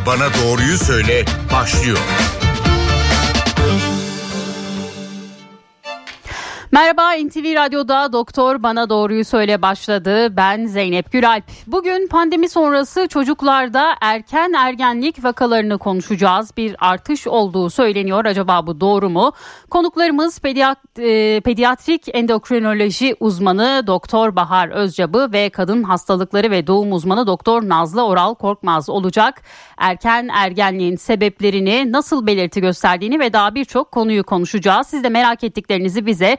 Bana Doğruyu Söyle başlıyor. Merhaba, NTV Radyo'da Doktor Bana Doğruyu Söyle başladı. Ben Zeynep Gülalp. Bugün pandemi sonrası çocuklarda erken ergenlik vakalarını konuşacağız. Bir artış olduğu söyleniyor. Acaba bu doğru mu? Konuklarımız pediatrik endokrinoloji uzmanı Doktor Bahar Özcabı ve kadın hastalıkları ve doğum uzmanı Doktor Nazlı Oral Korkmaz olacak. Erken ergenliğin sebeplerini, nasıl belirti gösterdiğini ve daha birçok konuyu konuşacağız. Siz de merak ettiklerinizi bize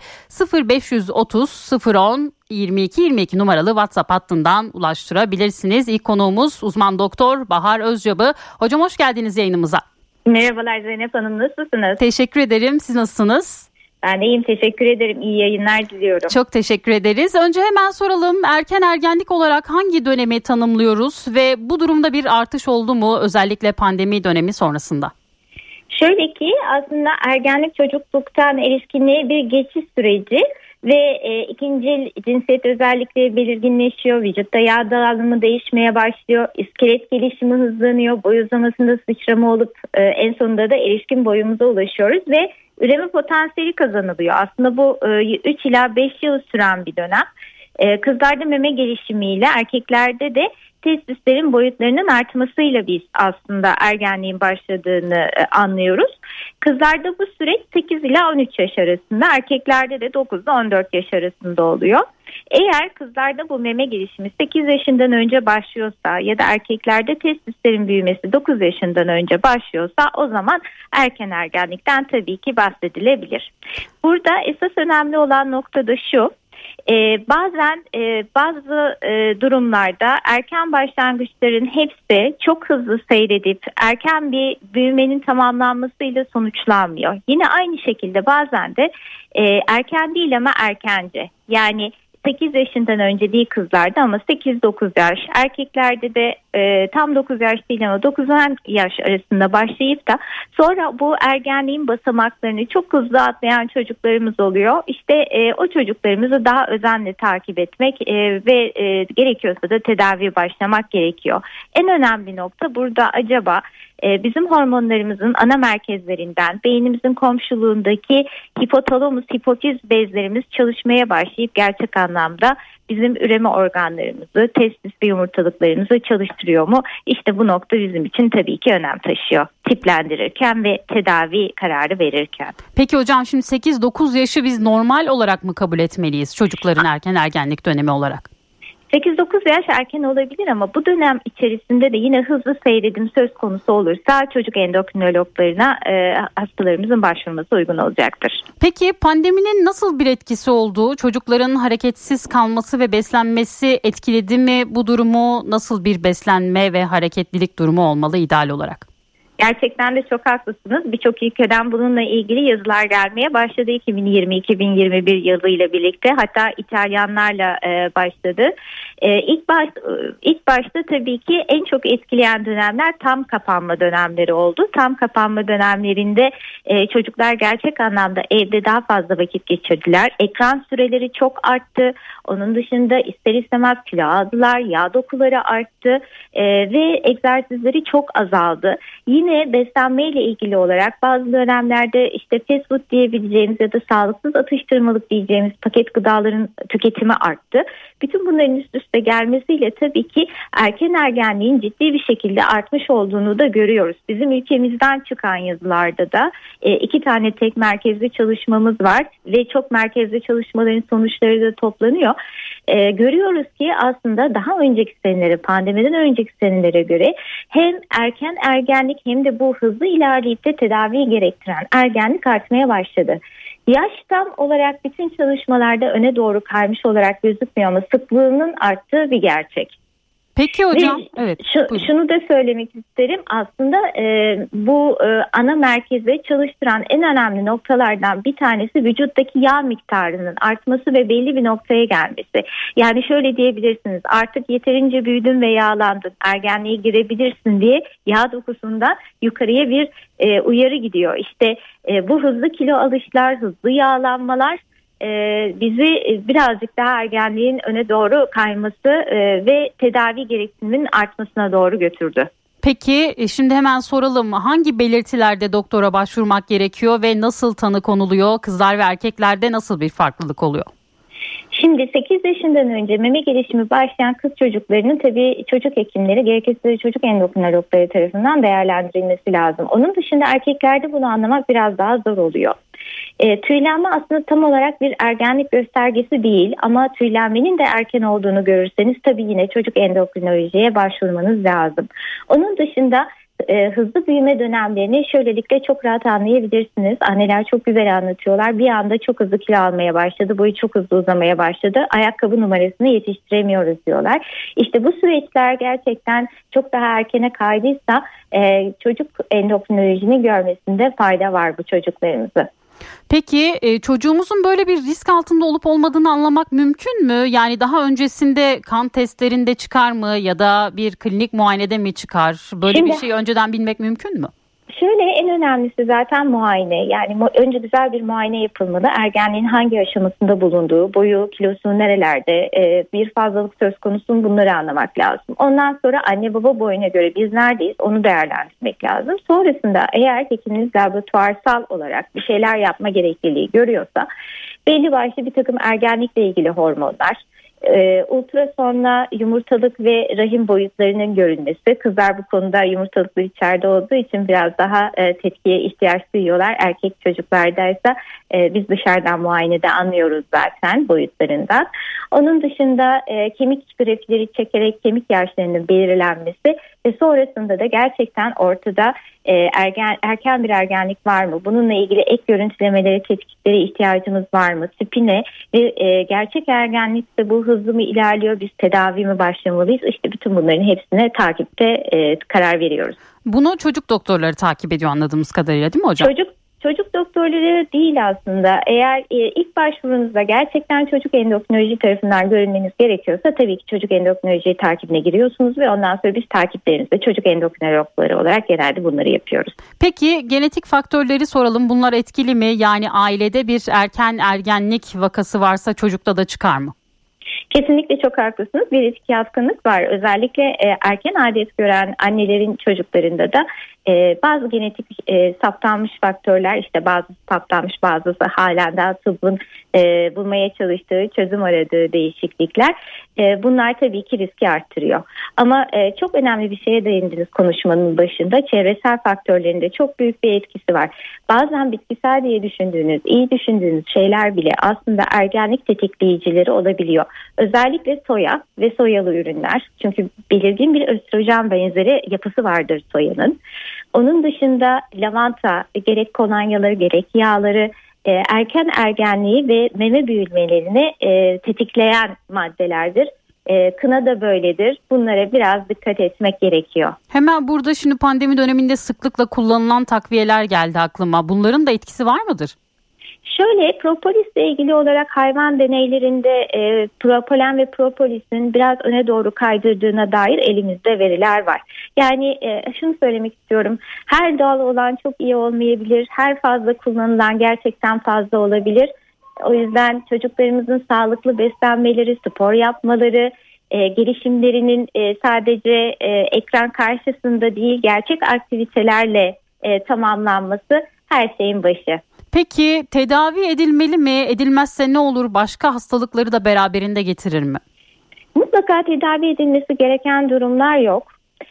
0530 010 22 22 numaralı WhatsApp hattından ulaştırabilirsiniz. İlk konuğumuz uzman doktor Bahar Özcabı. Hocam hoş geldiniz yayınımıza. Merhabalar Zeynep Hanım, nasılsınız? Teşekkür ederim. Siz nasılsınız? Ben de iyiyim, teşekkür ederim. İyi yayınlar diliyorum. Çok teşekkür ederiz. Önce hemen soralım, erken ergenlik olarak hangi dönemi tanımlıyoruz ve bu durumda bir artış oldu mu özellikle pandemi dönemi sonrasında? Şöyle ki aslında ergenlik çocukluktan erişkinliğe bir geçiş süreci ve ikinci cinsiyet özellikleri belirginleşiyor. Vücutta yağ dağılımı değişmeye başlıyor. İskelet gelişimi hızlanıyor. Boy uzamasında sıçrama olup en sonunda da erişkin boyumuza ulaşıyoruz ve üreme potansiyeli kazanılıyor. Aslında bu 3 ila 5 yıl süren bir dönem. Kızlarda meme gelişimiyle, erkeklerde de testislerin boyutlarının artmasıyla biz aslında ergenliğin başladığını anlıyoruz. Kızlarda bu süreç 8 ila 13 yaş arasında, erkeklerde de 9 ile 14 yaş arasında oluyor. Eğer kızlarda bu meme gelişimi 8 yaşından önce başlıyorsa ya da erkeklerde testislerin büyümesi 9 yaşından önce başlıyorsa o zaman erken ergenlikten tabii ki bahsedilebilir. Burada esas önemli olan nokta da şu. Bazen bazı durumlarda erken başlangıçların hepsi çok hızlı seyredip erken bir büyümenin tamamlanmasıyla sonuçlanmıyor. Yine aynı şekilde bazen de erken değil ama erkence, yani 8 yaşından önce değil kızlarda ama 8-9 yaş, erkeklerde de tam 9 yaş değil ama 9-10 yaş arasında başlayıp da sonra bu ergenliğin basamaklarını çok hızlı atlayan çocuklarımız oluyor. İşte o çocuklarımızı daha özenle takip etmek ve gerekiyorsa da tedaviye başlamak gerekiyor. En önemli nokta burada acaba bizim hormonlarımızın ana merkezlerinden beynimizin komşuluğundaki hipotalamus, hipofiz bezlerimiz çalışmaya başlayıp gerçek anlamda bizim üreme organlarımızı, testis ve yumurtalıklarımızı çalıştırıyor mu? İşte bu nokta bizim için tabii ki önem taşıyor. Tiplendirirken ve tedavi kararı verirken. Peki hocam, şimdi 8-9 yaşı biz normal olarak mı kabul etmeliyiz çocukların erken ergenlik dönemi olarak? 8-9 yaş erken olabilir ama bu dönem içerisinde de yine hızlı seyredim söz konusu olursa çocuk endokrinologlarına hastalarımızın başvurması uygun olacaktır. Peki pandeminin nasıl bir etkisi olduğu, çocukların hareketsiz kalması ve beslenmesi etkiledi mi bu durumu? Nasıl bir beslenme ve hareketlilik durumu olmalı ideal olarak? Gerçekten de çok haklısınız. Birçok ülkeden bununla ilgili yazılar gelmeye başladı 2020-2021 yılıyla birlikte. Hatta İtalyanlarla başladı. İlk başta tabii ki en çok etkileyen dönemler tam kapanma dönemleri oldu. Tam kapanma dönemlerinde çocuklar gerçek anlamda evde daha fazla vakit geçirdiler. Ekran süreleri çok arttı. Onun dışında ister istemez kilo aldılar, yağ dokuları arttı ve egzersizleri çok azaldı. Yine beslenmeyle ilgili olarak bazı dönemlerde işte fast food diyebileceğimiz ya da sağlıksız atıştırmalık diyeceğimiz paket gıdaların tüketimi arttı. Bütün bunların üst üste gelmesiyle tabii ki erken ergenliğin ciddi bir şekilde artmış olduğunu da görüyoruz. Bizim ülkemizden çıkan yazılarda da 2 tane tek merkezli çalışmamız var ve çok merkezli çalışmaların sonuçları da toplanıyor. Görüyoruz ki aslında daha önceki senelere, pandemiden önceki senelere göre hem erken ergenlik hem de bu hızlı ilerleyip de tedaviyi gerektiren ergenlik artmaya başladı. Yaş tam olarak bütün çalışmalarda öne doğru kaymış olarak gözükmüyor ama sıklığının arttığı bir gerçek. Peki hocam, evet. Şunu da söylemek isterim. Aslında bu ana merkezi çalıştıran en önemli noktalardan bir tanesi vücuttaki yağ miktarının artması ve belli bir noktaya gelmesi. Yani şöyle diyebilirsiniz, artık yeterince büyüdün ve yağlandın, ergenliğe girebilirsin diye yağ dokusundan yukarıya bir uyarı gidiyor. İşte bu hızlı kilo alışlar, hızlı yağlanmalar bizi birazcık daha ergenliğin öne doğru kayması ve tedavi gereksiniminin artmasına doğru götürdü. Peki şimdi hemen soralım, hangi belirtilerde doktora başvurmak gerekiyor ve nasıl tanı konuluyor? Kızlar ve erkeklerde nasıl bir farklılık oluyor? Şimdi 8 yaşından önce meme gelişimi başlayan kız çocuklarının tabii çocuk hekimleri, gerekirse çocuk endokrinologları tarafından değerlendirilmesi lazım. Onun dışında erkeklerde bunu anlamak biraz daha zor oluyor. Tüylenme aslında tam olarak bir ergenlik göstergesi değil, ama tüylenmenin de erken olduğunu görürseniz tabii yine çocuk endokrinolojiye başvurmanız lazım. Onun dışında hızlı büyüme dönemlerini şöylelikle çok rahat anlayabilirsiniz. Anneler çok güzel anlatıyorlar. Bir anda çok hızlı kilo almaya başladı, boyu çok hızlı uzamaya başladı, ayakkabı numarasını yetiştiremiyoruz diyorlar. İşte bu süreçler gerçekten çok daha erkene kaydıysa çocuk endokrinolojinin görmesinde fayda var bu çocuklarımızı. Peki çocuğumuzun böyle bir risk altında olup olmadığını anlamak mümkün mü? Yani daha öncesinde kan testlerinde çıkar mı ya da bir klinik muayenede mi çıkar? Böyle bir şeyi önceden bilmek mümkün mü? Şöyle, en önemlisi zaten muayene. Yani önce güzel bir muayene yapılmalı. Ergenliğin hangi aşamasında bulunduğu, boyu, kilosu nerelerde, bir fazlalık söz konusu mu, bunları anlamak lazım. Ondan sonra anne baba boyuna göre biz neredeyiz onu değerlendirmek lazım. Sonrasında eğer hekiminiz laboratuvarsal olarak bir şeyler yapma gerekliliği görüyorsa belli başlı bir takım ergenlikle ilgili hormonlar, ultrasonla yumurtalık ve rahim boyutlarının görünmesi. Kızlar bu konuda yumurtalıklar içeride olduğu için biraz daha tetkiye ihtiyaç duyuyorlar. Erkek çocuklardaysa biz dışarıdan muayenede anlıyoruz zaten boyutlarından. Onun dışında kemik grafileri çekerek kemik yaşlarının belirlenmesi ve sonrasında da gerçekten ortada erken bir ergenlik var mı? Bununla ilgili ek görüntülemelere, tetkiklere ihtiyacımız var mı? Tipi ne? Ve gerçek ergenlikte bu hızlı mı ilerliyor? Biz tedavi mi başlamalıyız? İşte bütün bunların hepsine takipte karar veriyoruz. Bunu çocuk doktorları takip ediyor anladığımız kadarıyla, değil mi hocam? Çocuk doktorları değil aslında. Eğer ilk başvurunuzda gerçekten çocuk endokrinoloji tarafından görünmeniz gerekiyorsa tabii ki çocuk endokrinoloji takibine giriyorsunuz ve ondan sonra biz takiplerinizde çocuk endokrinologları olarak genelde bunları yapıyoruz. Peki genetik faktörleri soralım. Bunlar etkili mi? Yani ailede bir erken ergenlik vakası varsa çocukta da çıkar mı? Kesinlikle çok haklısınız. Bir risk yatkınlık var. Özellikle erken adet gören annelerin çocuklarında da bazı genetik saptanmış faktörler, işte bazı saptanmış, bazısı halen daha tıbbın bulmaya çalıştığı, çözüm aradığı değişiklikler. Bunlar tabii ki riski arttırıyor. Ama çok önemli bir şeye değindiniz konuşmanın başında. Çevresel faktörlerin de çok büyük bir etkisi var. Bazen bitkisel diye düşündüğünüz, iyi düşündüğünüz şeyler bile aslında ergenlik tetikleyicileri olabiliyor. Özellikle soya ve soyalı ürünler. Çünkü belirgin bir östrojen benzeri yapısı vardır soyanın. Onun dışında lavanta, gerek kolonyaları gerek yağları erken ergenliği ve meme büyümelerini tetikleyen maddelerdir. Kına da böyledir. Bunlara biraz dikkat etmek gerekiyor. Hemen burada şimdi pandemi döneminde sıklıkla kullanılan takviyeler geldi aklıma. Bunların da etkisi var mıdır? Şöyle, propolisle ilgili olarak hayvan deneylerinde propolen ve propolisin biraz öne doğru kaydırdığına dair elimizde veriler var. Yani şunu söylemek istiyorum. Her doğal olan çok iyi olmayabilir. Her fazla kullanılan gerçekten fazla olabilir. O yüzden çocuklarımızın sağlıklı beslenmeleri, spor yapmaları, gelişimlerinin sadece ekran karşısında değil gerçek aktivitelerle tamamlanması her şeyin başı. Peki tedavi edilmeli mi? Edilmezse ne olur? Başka hastalıkları da beraberinde getirir mi? Mutlaka tedavi edilmesi gereken durumlar yok.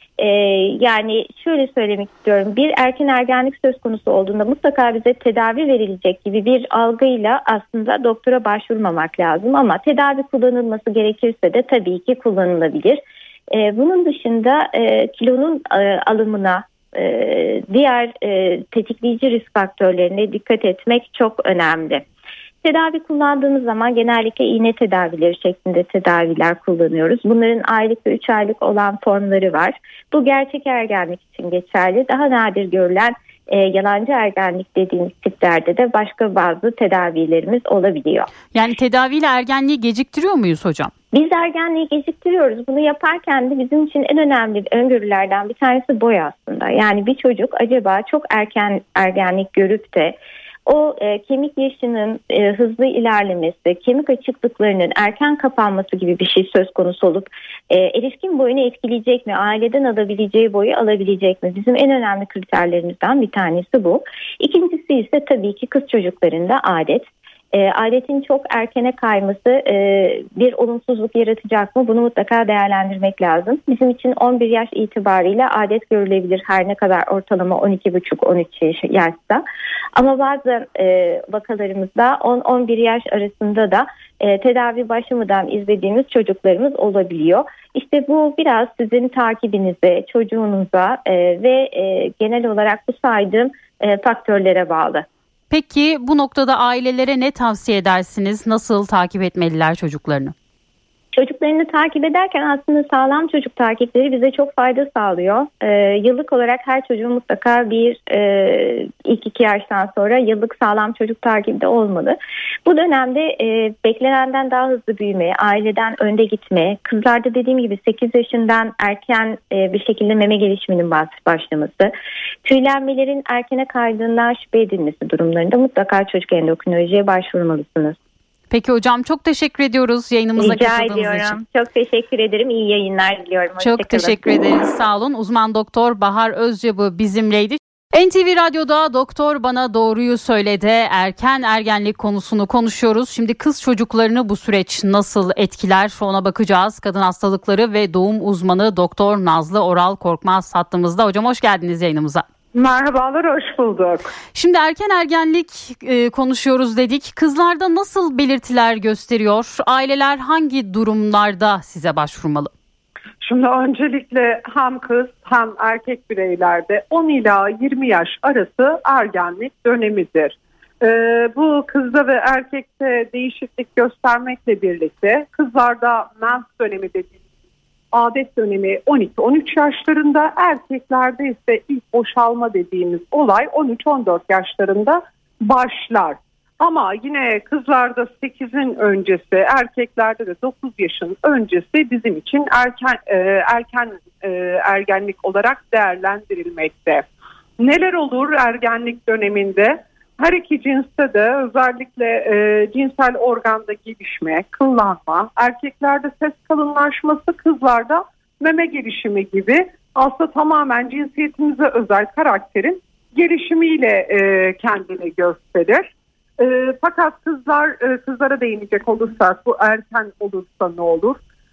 Yani şöyle söylemek istiyorum. Bir erken ergenlik söz konusu olduğunda mutlaka bize tedavi verilecek gibi bir algıyla aslında doktora başvurmamak lazım. Ama tedavi kullanılması gerekirse de tabii ki kullanılabilir. Bunun dışında kilonun alımına, diğer tetikleyici risk faktörlerine dikkat etmek çok önemli. Tedavi kullandığımız zaman genellikle iğne tedavileri şeklinde tedaviler kullanıyoruz. Bunların aylık ve 3 aylık olan formları var. Bu gerçek ergenlik için geçerli. Daha nadir görülen yalancı ergenlik dediğimiz tiplerde de başka bazı tedavilerimiz olabiliyor. Yani tedaviyle ergenliği geciktiriyor muyuz hocam? Biz ergenliği geciktiriyoruz. Bunu yaparken de bizim için en önemli öngörülerden bir tanesi boy aslında. Yani bir çocuk acaba çok erken ergenlik görüp de o kemik yaşının hızlı ilerlemesi, kemik açıklıklarının erken kapanması gibi bir şey söz konusu olup erişkin boyunu etkileyecek mi? Aileden alabileceği boyu alabilecek mi? Bizim en önemli kriterlerimizden bir tanesi bu. İkincisi ise tabii ki kız çocuklarında adet. Adetin çok erkene kayması bir olumsuzluk yaratacak mı? Bunu mutlaka değerlendirmek lazım. Bizim için 11 yaş itibariyle adet görülebilir, her ne kadar ortalama 12,5-13 yaşta. Ama bazı vakalarımızda 10-11 yaş arasında da tedavi başlamadan izlediğimiz çocuklarımız olabiliyor. İşte bu biraz sizin takibinize, çocuğunuza ve genel olarak bu saydığım faktörlere bağlı. Peki bu noktada ailelere ne tavsiye edersiniz? Nasıl takip etmeliler çocuklarını? Çocuklarını takip ederken aslında sağlam çocuk takipleri bize çok fayda sağlıyor. Yıllık olarak her çocuğun mutlaka ilk 2 yaştan sonra yıllık sağlam çocuk takipte olmalı. Bu dönemde beklenenden daha hızlı büyüme, aileden önde gitme, kızlarda dediğim gibi 8 yaşından erken bir şekilde meme gelişiminin başlaması, tüylenmelerin erkene kaydığından şüphe edilmesi durumlarında mutlaka çocuk endokrinolojiye başvurmalısınız. Peki hocam, çok teşekkür ediyoruz yayınımıza katıldığınız için. Çok teşekkür ederim. İyi yayınlar diliyorum. Çok teşekkür ederiz. Sağ olun. Uzman doktor Bahar Özcabı bizimleydi. NTV Radyo'da Doktor Bana Doğruyu Söyledi. Erken ergenlik konusunu konuşuyoruz. Şimdi kız çocuklarını bu süreç nasıl etkiler ona bakacağız. Kadın hastalıkları ve doğum uzmanı Doktor Nazlı Oral Korkmaz hattımızda. Hocam hoş geldiniz yayınımıza. Merhabalar, hoş bulduk. Şimdi erken ergenlik konuşuyoruz dedik. Kızlarda nasıl belirtiler gösteriyor? Aileler hangi durumlarda size başvurmalı? Şimdi öncelikle hem kız hem erkek bireylerde 10 ila 20 yaş arası ergenlik dönemidir. Bu kızda ve erkekte değişiklik göstermekle birlikte kızlarda mens dönemi dediğimiz adet dönemi 12-13 yaşlarında, erkeklerde ise ilk boşalma dediğimiz olay 13-14 yaşlarında başlar. Ama yine kızlarda 8'in öncesi, erkeklerde de 9 yaşın öncesi bizim için erken ergenlik olarak değerlendirilmekte. Neler olur ergenlik döneminde? Her iki cinste de özellikle cinsel organda gelişme, kıllanma, erkeklerde ses kalınlaşması, kızlarda meme gelişimi gibi aslında tamamen cinsiyetimize özel karakterin gelişimiyle kendini gösterir. Fakat kızlara değinecek olursak bu erken olursa ne olur?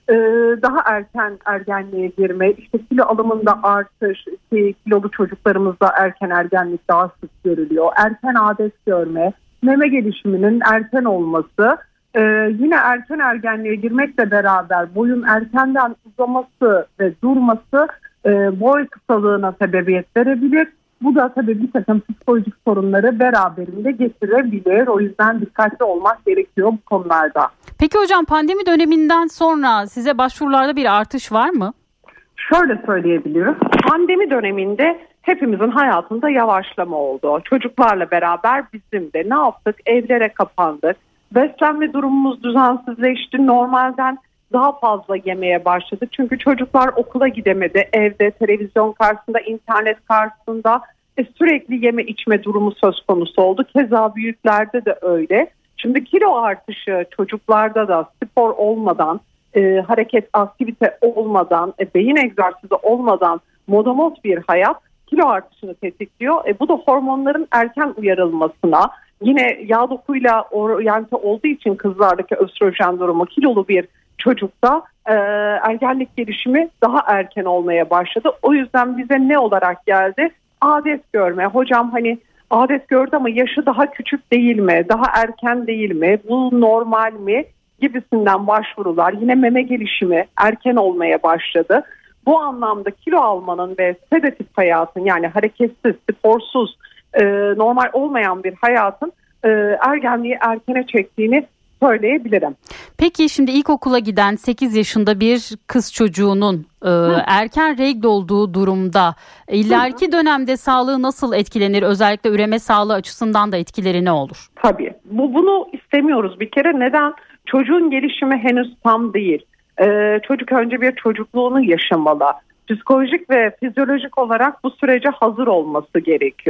Daha erken ergenliğe girme, işte kilo alımında artış, kilolu çocuklarımızda erken ergenlik daha sık görülüyor. Erken adet görme, meme gelişiminin erken olması, yine erken ergenliğe girmekle beraber boyun erkenden uzaması ve durması boy kısalığına sebebiyet verebilir. Bu da tabii bir takım psikolojik sorunları beraberinde getirebilir. O yüzden dikkatli olmak gerekiyor bu konularda. Peki hocam, pandemi döneminden sonra size başvurularda bir artış var mı? Şöyle söyleyebilirim. Pandemi döneminde hepimizin hayatında yavaşlama oldu. Çocuklarla beraber bizim de ne yaptık? Evlere kapandık. Beslenme durumumuz düzensizleşti. Normalden daha fazla yemeye başladık. Çünkü çocuklar okula gidemedi. Evde, televizyon karşısında, internet karşısında sürekli yeme içme durumu söz konusu oldu. Keza büyüklerde de öyle. Şimdi kilo artışı çocuklarda da spor olmadan, hareket, aktivite olmadan, beyin egzersizi olmadan modomot bir hayat kilo artışını tetikliyor. Bu da hormonların erken uyarılmasına, yine yağ dokuyla oryante olduğu için kızlardaki östrojen durumu kilolu bir çocukta ergenlik gelişimi daha erken olmaya başladı. O yüzden bize ne olarak geldi? Adet görme. Hocam hani adet gördü ama yaşı daha küçük değil mi? Daha erken değil mi? Bu normal mi? Gibisinden başvurular. Yine meme gelişimi erken olmaya başladı. Bu anlamda kilo almanın ve sedatif hayatın, yani hareketsiz, sporsuz, normal olmayan bir hayatın ergenliği erkene çektiğini söyleyebilirim. Peki şimdi ilkokula giden 8 yaşında bir kız çocuğunun erken regl olduğu durumda ileriki dönemde sağlığı nasıl etkilenir? Özellikle üreme sağlığı açısından da etkileri ne olur? Tabii. Bunu istemiyoruz bir kere. Neden? Çocuğun gelişimi henüz tam değil. Çocuk önce bir çocukluğunu yaşamalı. Psikolojik ve fizyolojik olarak bu sürece hazır olması gerekiyor.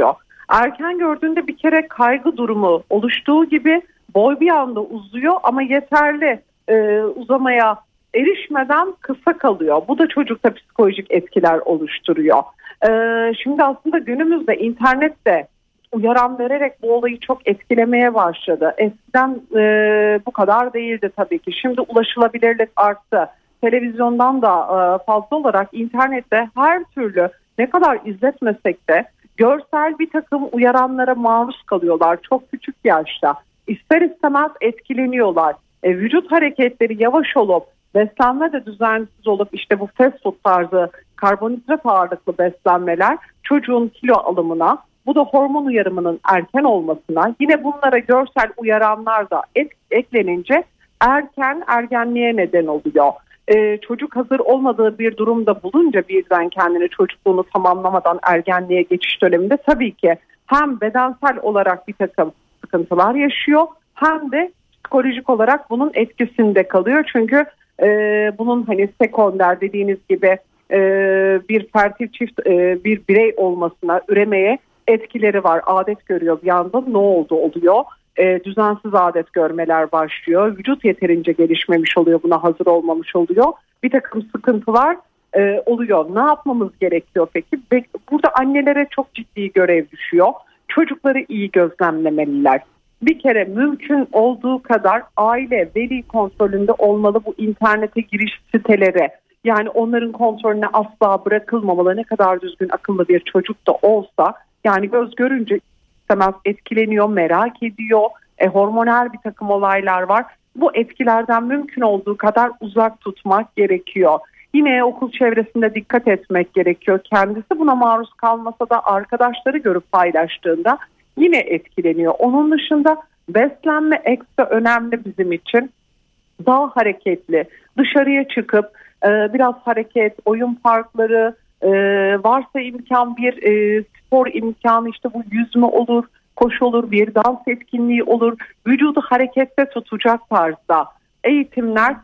Erken gördüğünde bir kere kaygı durumu oluştuğu gibi boy bir anda uzuyor ama yeterli uzamaya erişmeden kısa kalıyor. Bu da çocukta psikolojik etkiler oluşturuyor. Şimdi aslında günümüzde internette uyaran vererek bu olayı çok etkilemeye başladı. Eskiden bu kadar değildi tabii ki. Şimdi ulaşılabilirlik arttı. Televizyondan da fazla olarak internette her türlü ne kadar izletmesek de görsel bir takım uyaranlara maruz kalıyorlar çok küçük yaşta. İster istemez etkileniyorlar. Vücut hareketleri yavaş olup beslenme de düzensiz olup işte bu fast food tarzı karbonhidrat ağırlıklı beslenmeler çocuğun kilo alımına, bu da hormon uyarımının erken olmasına, yine bunlara görsel uyaranlar da eklenince erken ergenliğe neden oluyor. Çocuk hazır olmadığı bir durumda bulunca birden kendini çocukluğunu tamamlamadan ergenliğe geçiş döneminde tabii ki hem bedensel olarak bir takım sıkıntılar yaşıyor hem de psikolojik olarak bunun etkisinde kalıyor. Çünkü bunun hani sekonder dediğiniz gibi bir fertil çift bir birey olmasına, üremeye etkileri var. Adet görüyor bir anda, ne oldu oluyor. Düzensiz adet görmeler başlıyor. Vücut yeterince gelişmemiş oluyor, buna hazır olmamış oluyor. Bir takım sıkıntılar oluyor. Ne yapmamız gerekiyor peki? Burada annelere çok ciddi görev düşüyor. Çocukları iyi gözlemlemeliler. Bir kere mümkün olduğu kadar aile veli kontrolünde olmalı bu internete giriş siteleri. Yani onların kontrolüne asla bırakılmamalı. Ne kadar düzgün akıllı bir çocuk da olsa yani göz görünce istemez etkileniyor, merak ediyor. Hormonal bir takım olaylar var. Bu etkilerden mümkün olduğu kadar uzak tutmak gerekiyor. Yine okul çevresinde dikkat etmek gerekiyor. Kendisi buna maruz kalmasa da arkadaşları görüp paylaştığında yine etkileniyor. Onun dışında beslenme ekstra önemli bizim için. Daha hareketli, dışarıya çıkıp biraz hareket, oyun parkları, varsa imkan bir spor imkanı, işte bu yüzme olur, koşu olur, bir dans etkinliği olur. Vücudu harekette tutacak tarzda eğitimler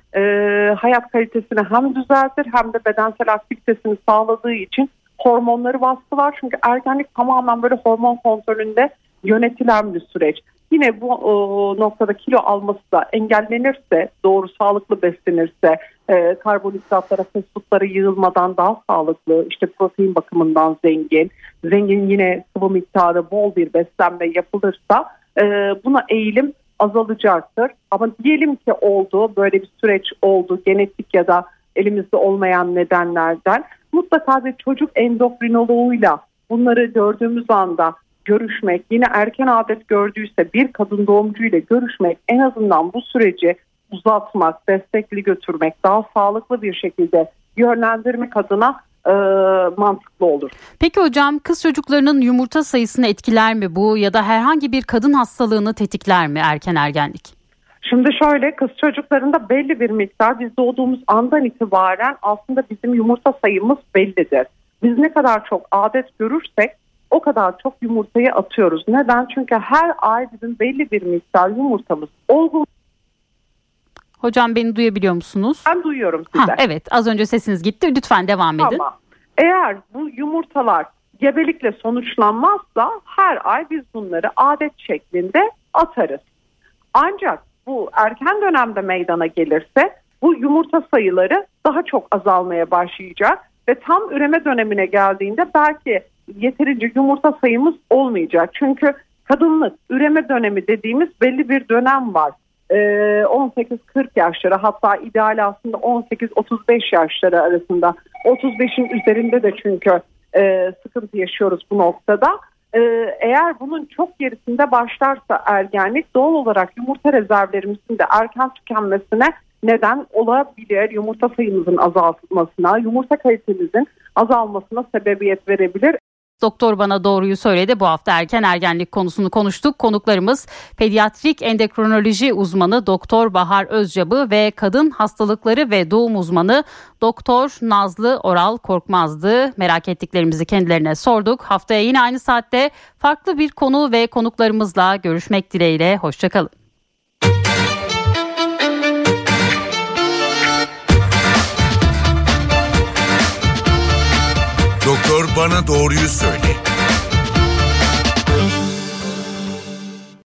hayat kalitesini hem düzeltir hem de bedensel aktivitesini sağladığı için hormonları baskılar. Çünkü ergenlik tamamen böyle hormon kontrolünde yönetilen bir süreç. Yine bu noktada kilo alması da engellenirse, doğru sağlıklı beslenirse, karbonhidratlara, fast foodlara yığılmadan daha sağlıklı, işte protein bakımından zengin yine sıvı miktarı bol bir beslenme yapılırsa buna eğilim azalacaktır. Ama diyelim ki oldu, böyle bir süreç oldu, genetik ya da elimizde olmayan nedenlerden mutlaka bir çocuk endokrinoloğuyla bunları gördüğümüz anda görüşmek, yine erken adet gördüyse bir kadın doğumcuyla görüşmek, en azından bu süreci uzatmak, destekli götürmek, daha sağlıklı bir şekilde yönlendirmek adına mantıklı olur. Peki hocam, kız çocuklarının yumurta sayısını etkiler mi bu ya da herhangi bir kadın hastalığını tetikler mi erken ergenlik? Şimdi şöyle, kız çocuklarında belli bir miktar biz doğduğumuz andan itibaren aslında bizim yumurta sayımız bellidir. Biz ne kadar çok adet görürsek o kadar çok yumurtayı atıyoruz. Neden? Çünkü her ay bizim belli bir miktar yumurtamız olgun. Hocam beni duyabiliyor musunuz? Ben duyuyorum size. Evet, az önce sesiniz gitti. Lütfen devam edin. Ama eğer bu yumurtalar gebelikle sonuçlanmazsa her ay biz bunları adet şeklinde atarız. Ancak bu erken dönemde meydana gelirse bu yumurta sayıları daha çok azalmaya başlayacak ve tam üreme dönemine geldiğinde belki yeterince yumurta sayımız olmayacak. Çünkü kadınlık üreme dönemi dediğimiz belli bir dönem var. 18-40 yaşları, hatta ideal aslında 18-35 yaşları arasında. 35'in üzerinde de çünkü sıkıntı yaşıyoruz bu noktada. Eğer bunun çok gerisinde başlarsa ergenlik, doğal olarak yumurta rezervlerimizin de erken tükenmesine neden olabilir. Yumurta sayımızın azalmasına, yumurta kalitemizin azalmasına sebebiyet verebilir. Doktor bana doğruyu söyledi. Bu hafta erken ergenlik konusunu konuştuk. Konuklarımız pediatrik endokrinoloji uzmanı Doktor Bahar Özcabı ve kadın hastalıkları ve doğum uzmanı Doktor Nazlı Oral Korkmaz'dı. Merak ettiklerimizi kendilerine sorduk. Haftaya yine aynı saatte farklı bir konu ve konuklarımızla görüşmek dileğiyle. Hoşçakalın. Doktor bana doğruyu söyle.